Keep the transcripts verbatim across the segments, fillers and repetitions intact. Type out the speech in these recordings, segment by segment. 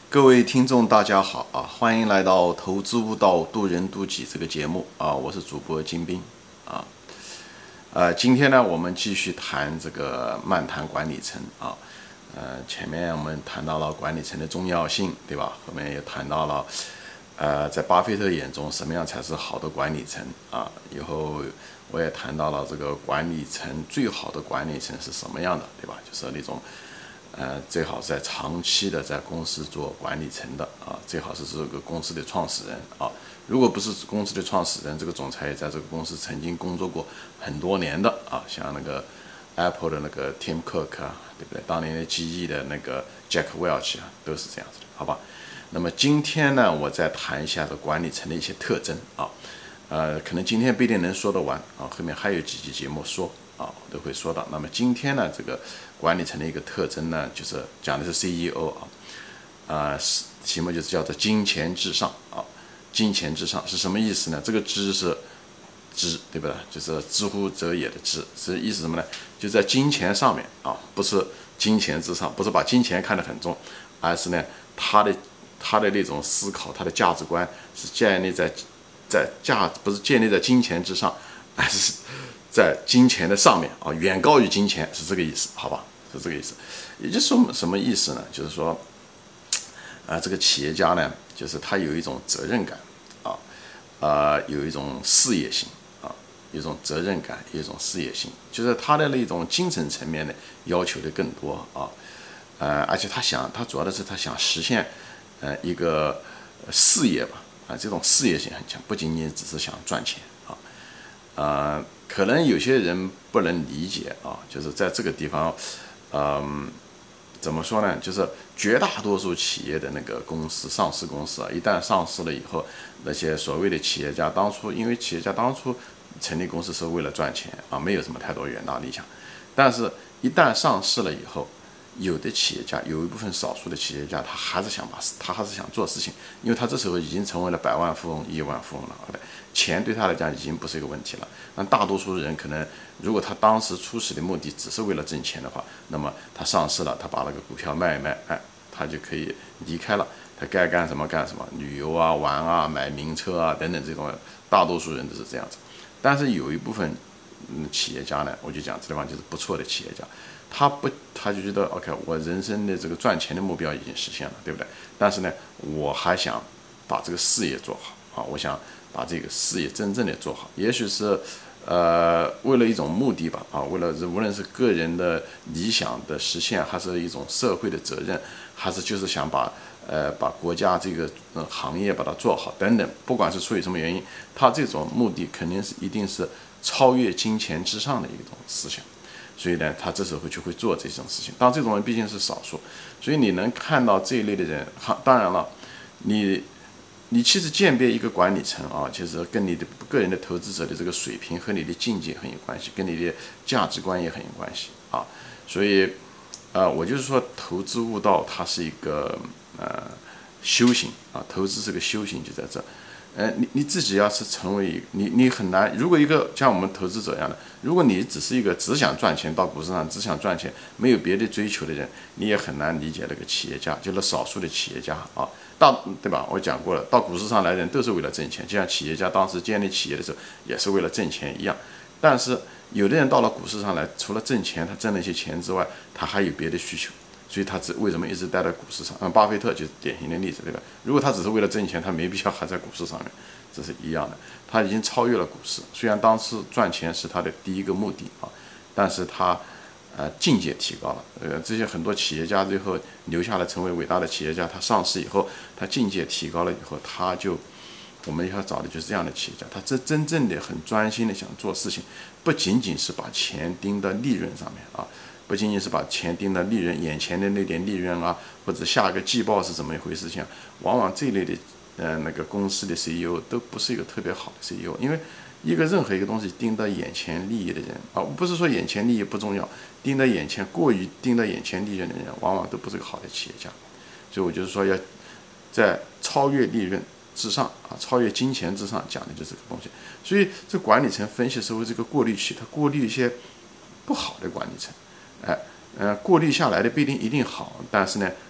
各位听众，大家好啊！欢迎来到《投资悟道，渡人渡己》这个节目啊！我是主播金兵啊。呃，今天呢，我们继续谈这个漫谈管理层啊。呃，前面我们谈到了管理层的重要性，对吧？后面也谈到了，呃，在巴菲特眼中，什么样才是好的管理层啊？以后我也谈到了这个管理层最好的管理层是什么样的，对吧？就是那种。呃，最好在长期的在公司做管理层的啊，最好是这个公司的创始人啊。如果不是公司的创始人，这个总裁也在这个公司曾经工作过很多年的啊，像那个 Apple 的那个 Tim Cook 啊，对不对？当年的 G E 的那个 Jack Welch 啊，都是这样子的，好吧？那么今天呢，我再谈一下这管理层的一些特征啊，呃，可能今天不一定能说得完啊，后面还有几期节目说。啊，都会说到。那么今天呢，这个管理层的一个特征呢，就是讲的是 C E O 啊，啊、呃，题目就是叫做金钱至上啊。金钱至上是什么意思呢？这个知是知，对不对？就是知乎者也的知，是意思什么呢？就在金钱上面啊，不是金钱至上，不是把金钱看得很重，而是呢，他的他的那种思考，他的价值观是建立在在价，不是建立在金钱之上，而是。在金钱的上面啊，远高于金钱，是这个意思，好吧？是这个意思。也就是说什么意思呢？就是说，啊、呃，这个企业家呢，就是他有一种责任感啊，啊、呃，有一种事业心啊，有一种责任感，有一种事业心，就是他的那种精神层面的要求的更多啊，呃，而且他想，他主要的是他想实现呃一个事业吧，啊，这种事业性很强，不仅仅只是想赚钱啊，啊。可能有些人不能理解啊，就是在这个地方，嗯，怎么说呢？就是绝大多数企业的那个公司，上市公司啊，一旦上市了以后，那些所谓的企业家，当初因为企业家当初成立公司是为了赚钱啊，没有什么太多远大理想，但是一旦上市了以后，有的企业家，有一部分少数的企业家，他还是想把，他还是想做事情，因为他这时候已经成为了百万富翁、亿万富翁了，好的，钱对他来讲已经不是一个问题了。但大多数人可能，如果他当时初始的目的只是为了挣钱的话，那么他上市了，他把那个股票卖一卖，哎，他就可以离开了，他该干什么干什么，旅游啊、玩啊、买名车啊等等这种，大多数人都是这样子。但是有一部分嗯企业家呢，我就讲这地方就是不错的企业家。他不，他就觉得 OK， 我人生的这个赚钱的目标已经实现了，对不对？但是呢，我还想把这个事业做好啊，我想把这个事业真正的做好。也许是，呃，为了一种目的吧，啊，为了无论是个人的理想的实现，还是一种社会的责任，还是就是想把呃把国家这个、呃、行业把它做好等等，不管是出于什么原因，他这种目的肯定是一定是超越金钱之上的一种思想。所以呢，他这时候就会做这种事情。当这种人毕竟是少数，所以你能看到这一类的人。当然了，你你其实鉴别一个管理层啊，其实跟你的个人的投资者的这个水平和你的境界很有关系，跟你的价值观也很有关系啊。所以，呃，我就是说，投资悟道它是一个呃修行啊，投资是个修行，就在这。呃，你你自己要是成为你，你很难。如果一个像我们投资者一样的，如果你只是一个只想赚钱到股市上只想赚钱，没有别的追求的人，你也很难理解那个企业家，就是少数的企业家啊，大对吧？我讲过了，到股市上来的人都是为了挣钱，就像企业家当时建立企业的时候也是为了挣钱一样。但是有的人到了股市上来，除了挣钱，他挣了一些钱之外，他还有别的需求。所以他只为什么一直待在股市上？嗯，巴菲特就是典型的例子，对吧？如果他只是为了挣钱，他没必要还在股市上面，这是一样的。他已经超越了股市，虽然当时赚钱是他的第一个目的啊，但是他呃境界提高了。呃，这些很多企业家最后留下来成为伟大的企业家，他上市以后，他境界提高了以后，他就我们要找的就是这样的企业家，他真真正的很专心的想做事情，不仅仅是把钱盯到利润上面啊。不仅仅是把钱盯到利润，眼前的那点利润啊，或者下个季报是怎么一回事情，往往这一类的，呃，那个公司的 C E O 都不是一个特别好的 C E O， 因为一个任何一个东西盯到眼前利益的人啊，不是说眼前利益不重要，盯到眼前过于盯到眼前利润的人，往往都不是个好的企业家。所以我就是说，要在超越利润之上啊，超越金钱之上讲的就是这个东西。所以这管理层分析时候这个过滤器，它过滤一些不好的管理层。哎，呃，过滤下来的不一定一定好，但是呢，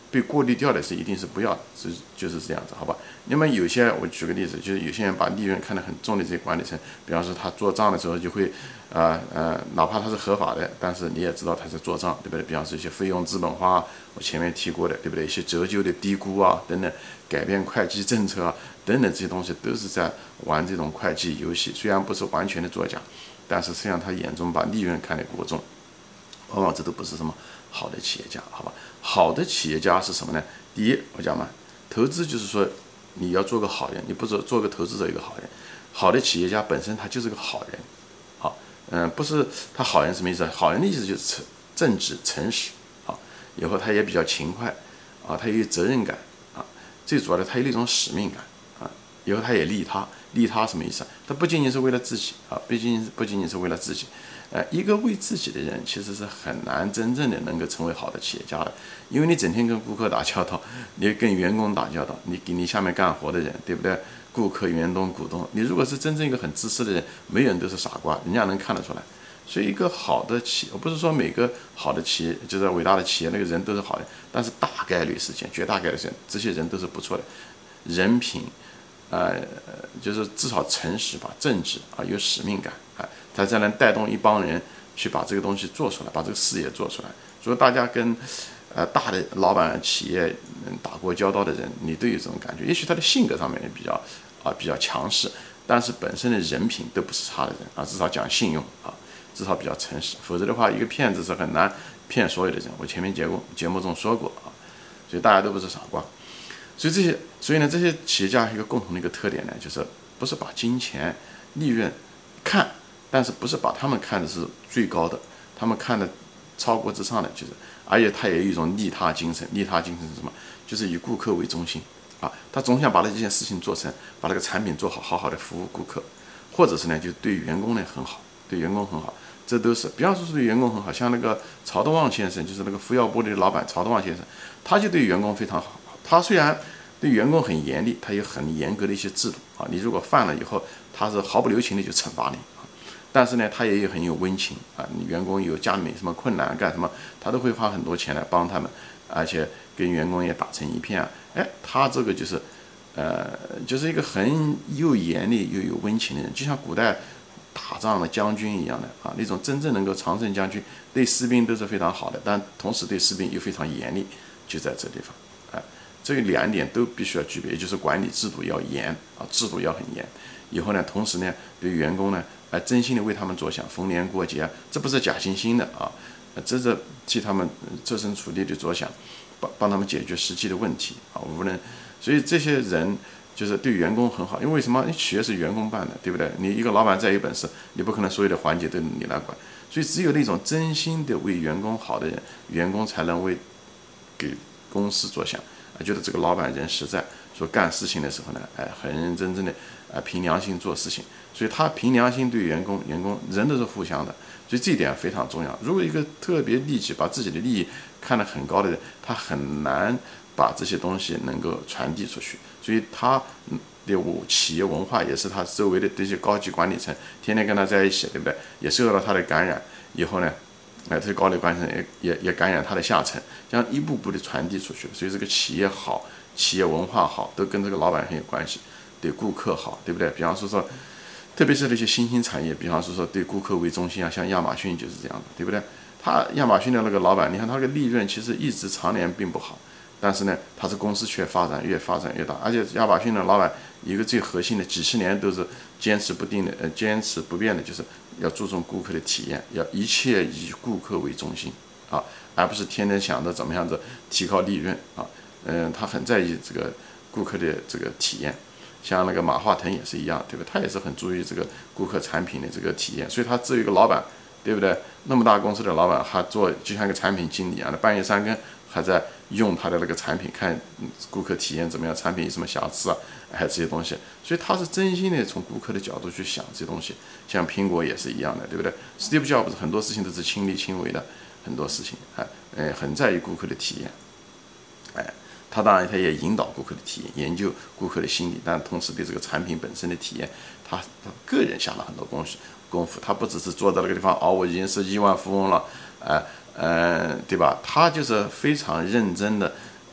被过滤掉的是一定是不要的，是就是这样子，好吧？那么有些我举个例子，就是有些人把利润看得很重的这些管理层，比方说他做账的时候就会，呃呃，哪怕他是合法的，但是你也知道他是做账，对不对？比方说一些费用资本化，我前面提过的，对不对？一些折旧的低估啊，等等，改变会计政策啊，等等这些东西都是在玩这种会计游戏，虽然不是完全的作假，但是实际上他眼中把利润看得过重，往往这都不是什么好的企业家，好吧？好的企业家是什么呢？第一，我讲嘛，投资就是说你要做个好人，你不做做个投资者一个好人。好的企业家本身他就是个好人，好，嗯，不是他好人什么意思？好人的意思就是正直、诚实，啊，以后他也比较勤快，啊，他也有责任感，啊，最主要的他有那种使命感，啊，以后他也利他，利他什么意思？他不仅仅是为了自己，啊，毕竟不仅仅是为了自己。呃，一个为自己的人其实是很难真正的能够成为好的企业家的，因为你整天跟顾客打交道，你跟员工打交道，你给你下面干活的人，对不对？顾客、员工、股东，你如果是真正一个很自私的人，没有人都是傻瓜，人家能看得出来。所以，一个好的企业，我不是说每个好的企业，就是伟大的企业那个人都是好的，但是大概率事件，绝大概率事件，这些人都是不错的，人品。呃，就是至少诚实吧，正直啊，有使命感啊，他才能带动一帮人去把这个东西做出来，把这个事业做出来。所以大家跟呃大的老板企业打过交道的人，你都有这种感觉。也许他的性格上面也比较啊比较强势，但是本身的人品都不是差的人啊，至少讲信用啊，至少比较诚实。否则的话，一个骗子是很难骗所有的人。我前面节目节目中说过啊，所以大家都不是傻瓜。所以这些，所以呢，这些企业家一个共同的一个特点呢，就是不是把金钱、利润看，但是不是把他们看的是最高的，他们看的超过之上的，就是，而且他也有一种利他精神。利他精神是什么？就是以顾客为中心啊，他总想把这件事情做成，把这个产品做好，好好的服务顾客，或者是呢，就对员工呢很好，对员工很好，这都是，比方说是对员工很好，像那个曹德旺先生，就是那个福耀玻璃的老板曹德旺先生，他就对员工非常好。他虽然对员工很严厉，他有很严格的一些制度啊，你如果犯了以后，他是毫不留情的就惩罚你啊。但是呢，他也有很有温情啊，你员工有家里面什么困难干什么，他都会花很多钱来帮他们，而且跟员工也打成一片啊。哎，他这个就是，呃，就是一个很又严厉又有温情的人，就像古代打仗的将军一样的啊，那种真正能够常胜将军，对士兵都是非常好的，但同时对士兵又非常严厉，就在这地方。这两点都必须要具备，也就是管理制度要严啊，制度要很严。以后呢，同时呢，对员工呢，呃，真心的为他们着想，逢年过节，这不是假惺惺的啊，这是替他们设身处地的着想，帮帮他们解决实际的问题啊。无论，所以这些人就是对员工很好，因为为什么？企业是员工办的，对不对？你一个老板再有本事，你不可能所有的环节都你来管，所以只有那种真心的为员工好的人，员工才能为给公司着想。觉得这个老板人实在，说干事情的时候呢，哎，很认认真真的，呃，凭良心做事情。所以他凭良心对员工，员工人都是互相的，所以这一点非常重要。如果一个特别利己，把自己的利益看得很高的人，他很难把这些东西能够传递出去。所以他的企业文化也是他周围的这些高级管理层天天跟他在一起，对不对？也受到他的感染，以后呢？哎，这些高级管理层也也也感染他的下层，这样一步步的传递出去。所以这个企业好，企业文化好，都跟这个老板很有关系。对顾客好，对不对？比方说说，特别是那些新兴产业，比方说说对顾客为中心啊，像亚马逊就是这样的，对不对？他亚马逊的那个老板，你看他那个利润其实一直常年并不好，但是呢，他这公司却发展越发展越大，而且亚马逊的老板一个最核心的，几十年都是坚持不定的，呃，坚持不变的，就是要注重顾客的体验，要一切以顾客为中心啊，而不是天天想着怎么样子提高利润啊。嗯，他很在意这个顾客的这个体验。像那个马化腾也是一样，对吧？他也是很注意这个顾客产品的这个体验，所以他只有一个老板，对不对？那么大公司的老板，还做就像一个产品经理一样的，半夜三更还在用他的那个产品，看顾客体验怎么样，产品有什么瑕疵啊，还有这些东西。所以他是真心的从顾客的角度去想这些东西。像苹果也是一样的，对不对 ？Steve Jobs 很多事情都是亲力亲为的，很多事情，哎，呃，很在意顾客的体验，哎。他当然，他也引导顾客的体验，研究顾客的心理，但同时对这个产品本身的体验，他他个人下了很多功夫功夫。他不只是坐在那个地方，哦，我已经是亿万富翁了，呃呃，对吧？他就是非常认真的，呃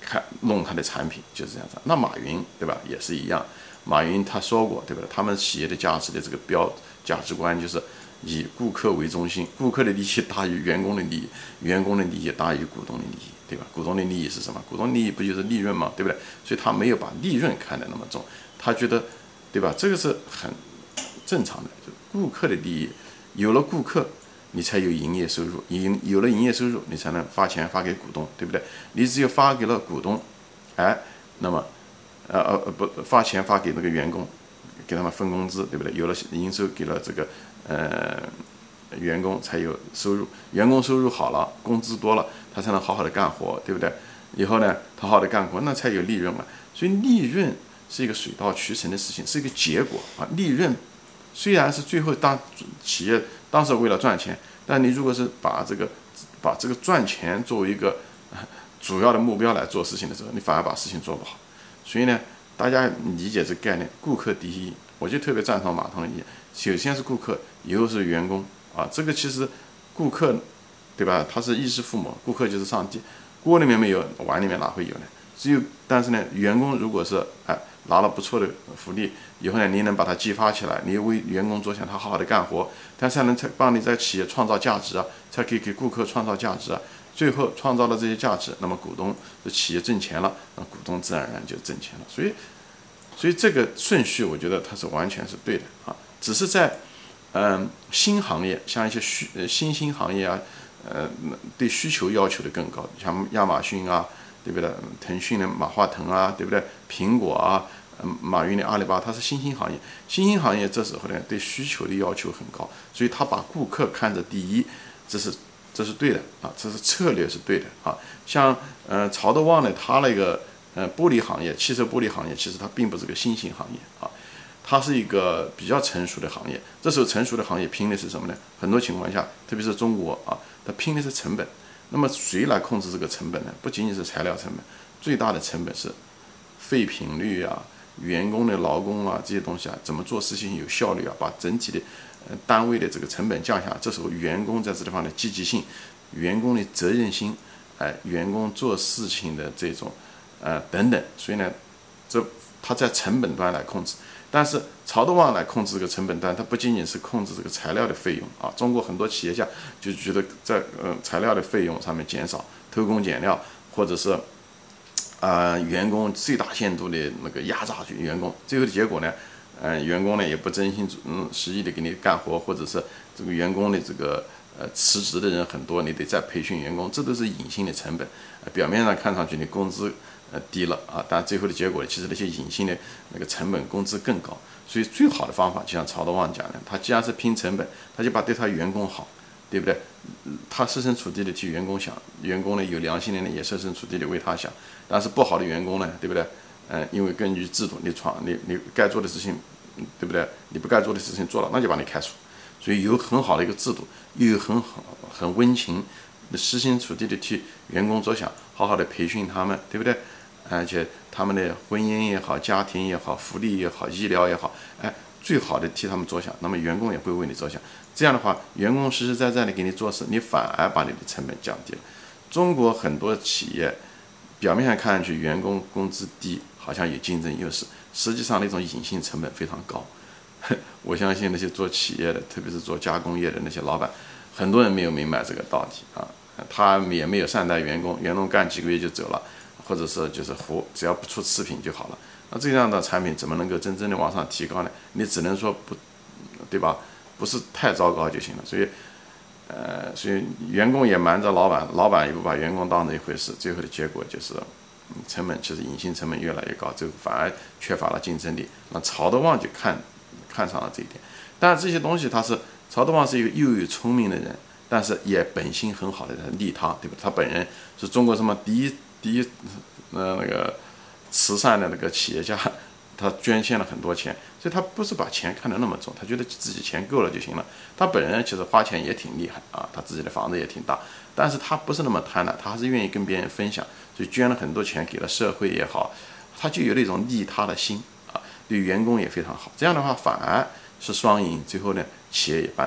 看弄他的产品，就是这样子。那马云对吧，也是一样。马云他说过对吧，他们企业的价值的这个标价值观就是以顾客为中心，顾客的利益大于员工的利益，员工的利益大于股东的利益，对吧？股东的利益是什么？股东利益不就是利润吗？对不对？所以他没有把利润看得那么重，他觉得，对吧？这个是很正常的，就顾客的利益，有了顾客，你才有营业收入，营有了营业收入，你才能发钱发给股东，对不对？你只有发给了股东，哎，那么，呃呃不发钱发给那个员工，给他们分工资，对不对？有了营收，给了这个呃员工才有收入，员工收入好了，工资多了，他才能好好的干活，对不对？以后呢，他好好的干活，那才有利润嘛。所以利润是一个水到渠成的事情，是一个结果啊。利润虽然是最后当企业当时为了赚钱，但你如果是把这个把这个赚钱作为一个主要的目标来做事情的时候，你反而把事情做不好。所以呢，大家理解这个概念，顾客第一，我就特别赞同马腾的意见。首先是顾客，以后是员工啊。这个其实顾客，对吧？他是衣食父母，顾客就是上帝。锅里面没有，碗里面哪会有呢？只有，但是呢，员工如果是哎拿了不错的福利以后呢，你能把他激发起来，你为员工着想，他好好的干活，他才能才帮你在企业创造价值啊，才可以给顾客创造价值啊。最后创造了这些价值，那么股东的企业挣钱了，那股东自然而然就挣钱了。所以，所以这个顺序我觉得它是完全是对的啊。只是在嗯新行业，像一些需呃新兴行业啊，呃对需求要求的更高，像亚马逊啊，对不对？腾讯的马化腾啊，对不对？苹果啊，嗯，马云的阿里巴巴，它是新兴行业。新兴行业这时候呢，对需求的要求很高，所以他把顾客看着第一，这是。这是对的啊，这是策略是对的啊。像呃曹德旺呢，他那个呃玻璃行业，汽车玻璃行业，其实它并不是个新兴行业啊，它是一个比较成熟的行业。这时候成熟的行业拼的是什么呢？很多情况下，特别是中国啊，它拼的是成本。那么谁来控制这个成本呢？不仅仅是材料成本，最大的成本是废品率啊、员工的劳工啊这些东西啊，怎么做事情有效率啊，把整体的呃单位的这个成本降下来。这时候员工在这地方的积极性、员工的责任心，哎、呃，员工做事情的这种呃等等，所以呢，这他在成本端来控制。但是曹德旺来控制这个成本端，它不仅仅是控制这个材料的费用啊。中国很多企业家就觉得在呃材料的费用上面减少，偷工减料，或者是啊、呃、员工最大限度的那个压榨员工，最后的结果呢，呃员工呢也不真心嗯实意的给你干活，或者是这个员工的这个呃辞职的人很多，你得再培训员工，这都是隐性的成本。呃、表面上看上去你工资呃低了啊，但最后的结果其实那些隐性的那个成本工资更高。所以最好的方法就像曹德旺讲的，他既然是拼成本，他就把对他员工好，对不对？他设身处地的替员工想，员工呢有良心的呢也设身处地的为他想。但是不好的员工呢，对不对？嗯、呃，因为根据制度，你闯你你该做的事情，对不对？你不该做的事情做了，那就把你开除。所以有很好的一个制度，又有很好很温情，设身处地的替员工着想，好好的培训他们，对不对？而且他们的婚姻也好，家庭也好，福利也好，医疗也好，哎，最好的替他们着想，那么员工也会为你着想。这样的话，员工实实在在的给你做事，你反而把你的成本降低了。中国很多企业表面上看上去员工工资低，好像有竞争优势，实际上那种隐性成本非常高。我相信那些做企业的，特别是做加工业的那些老板，很多人没有明白这个道理啊，他也没有善待员工，员工干几个月就走了，或者是就是活，只要不出次品就好了。那这样的产品怎么能够真正的往上提高呢？你只能说不，对吧？不是太糟糕就行了。所以，呃，所以员工也瞒着老板，老板也不把员工当成一回事，最后的结果就是，成本其实隐性成本越来越高，这个反而缺乏了竞争力。那曹德旺就看看上了这一点。但是这些东西他是曹德旺是一个又有聪明的人，但是也本心很好的人，利他，对吧？他本人是中国什么第一第一呃那个慈善的那个企业家。他捐献了很多钱，所以他不是把钱看得那么重，他觉得自己钱够了就行了。他本人其实花钱也挺厉害啊，他自己的房子也挺大，但是他不是那么贪婪，他还是愿意跟别人分享，所以捐了很多钱给了社会也好，他就有那种利他的心啊，对员工也非常好。这样的话反而是双赢，最后呢企业也办得好。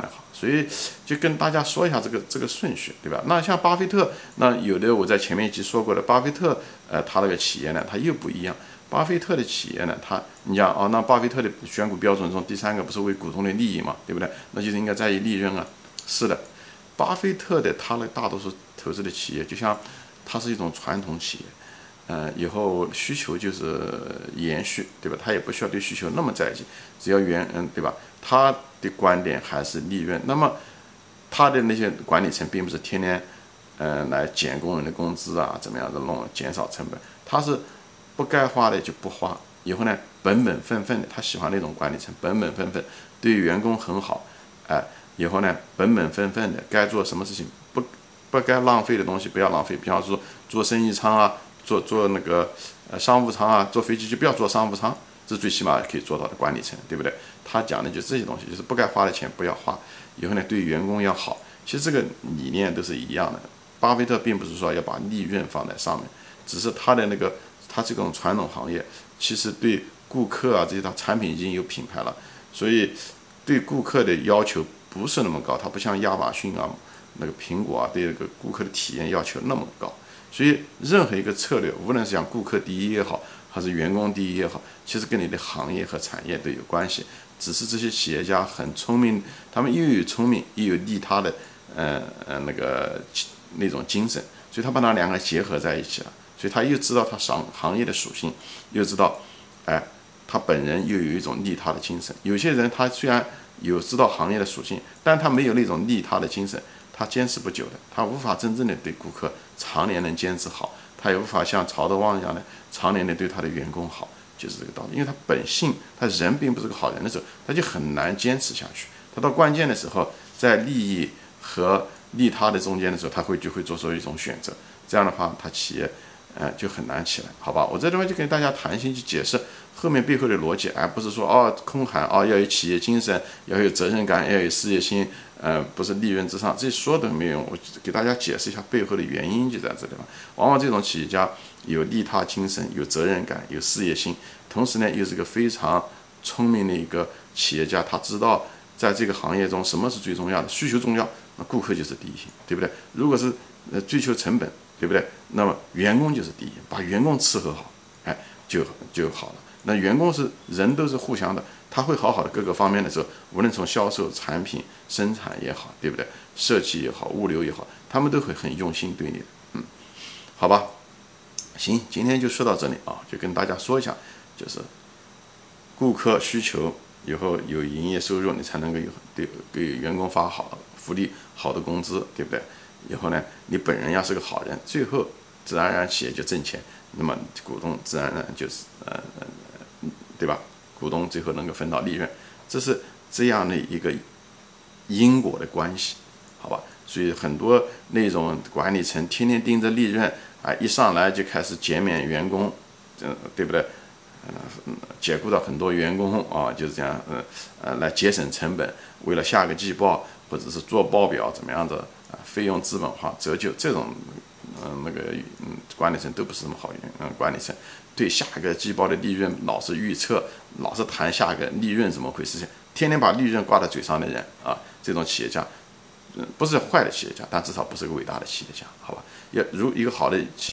所以就跟大家说一下这个这个顺序，对吧？那像巴菲特，那有的我在前面一集说过的，巴菲特呃他那个企业呢，他又不一样。巴菲特的企业呢，他你讲哦，那巴菲特的选股标准中第三个不是为股东的利益嘛，对不对？那就是应该在于利润啊。是的，巴菲特的他的大多数投资的企业，就像它是一种传统企业，呃，以后需求就是延续，对吧？他也不需要对需求那么在意，只要原嗯，对吧？他的观点还是利润。那么他的那些管理层并不是天天嗯、呃、来减工人的工资啊，怎么样的弄减少成本，他是。不该花的就不花，以后呢，本本分分的，他喜欢那种管理层，本本分分，对员工很好，哎、呃，以后呢，本本分分的，该做什么事情不不该浪费的东西不要浪费，比方说做生意舱啊，做做那个呃商务舱啊，坐飞机就不要坐商务舱，这最起码可以做到的管理层，对不对？他讲的就是这些东西，就是不该花的钱不要花，以后呢，对员工要好，其实这个理念都是一样的。巴菲特并不是说要把利润放在上面，只是他的那个。它这种传统行业，其实对顾客啊这些，它产品已经有品牌了，所以对顾客的要求不是那么高。它不像亚马逊啊、那个苹果啊，对这个顾客的体验要求那么高。所以任何一个策略，无论是讲顾客第一也好，还是员工第一也好，其实跟你的行业和产业都有关系。只是这些企业家很聪明，他们又有聪明，又有利他的，呃呃那个那种精神，所以他把那两个结合在一起了。所以他又知道他行行业的属性，又知道，哎，他本人又有一种利他的精神。有些人他虽然有知道行业的属性，但他没有那种利他的精神，他坚持不久的，他无法真正的对顾客常年能坚持好，他也无法像曹德旺一样的常年的对他的员工好，就是这个道理。因为他本性，他人并不是个好人的时候，他就很难坚持下去。他到关键的时候，在利益和利他的中间的时候，他会就会做出一种选择。这样的话，他企业。呃，就很难起来，好吧？我这地方就跟大家谈心去解释后面背后的逻辑，而不是说哦空喊哦要有企业精神，要有责任感，要有事业心，呃，不是利润至上，这说都没用。我给大家解释一下背后的原因就在这地方。往往这种企业家有利他精神，有责任感，有事业心，同时呢又是个非常聪明的一个企业家，他知道在这个行业中什么是最重要的，需求重要，那顾客就是第一，对不对？如果是呃追求成本。对不对？那么员工就是第一，把员工伺候好，哎，就就好了。那员工是人都是互相的，他会好好的各个方面的时候，无论从销售、产品、生产也好，对不对？设计也好，物流也好，他们都会很用心对你的。嗯，好吧，行，今天就说到这里啊，就跟大家说一下，就是顾客需求以后有营业收入，你才能够有对给员工发好福利、好的工资，对不对？以后呢，你本人要是个好人，最后自然而然企业就挣钱，那么股东自然而然就是呃呃，对吧？股东最后能够分到利润，这是这样的一个因果的关系，好吧？所以很多那种管理层天天盯着利润啊，一上来就开始减免员工，嗯，对不对？嗯，解雇到很多员工啊，就是这样，呃呃，来节省成本，为了下个季报或者是做报表怎么样的。费用资本化折旧这种，嗯、呃，那个嗯，管理层都不是什么好人，嗯，管理层对下个季报的利润老是预测，老是谈下个利润怎么回事，天天把利润挂在嘴上的人啊，这种企业家，嗯，不是坏的企业家，但至少不是个伟大的企业家，好吧？要如一个好的企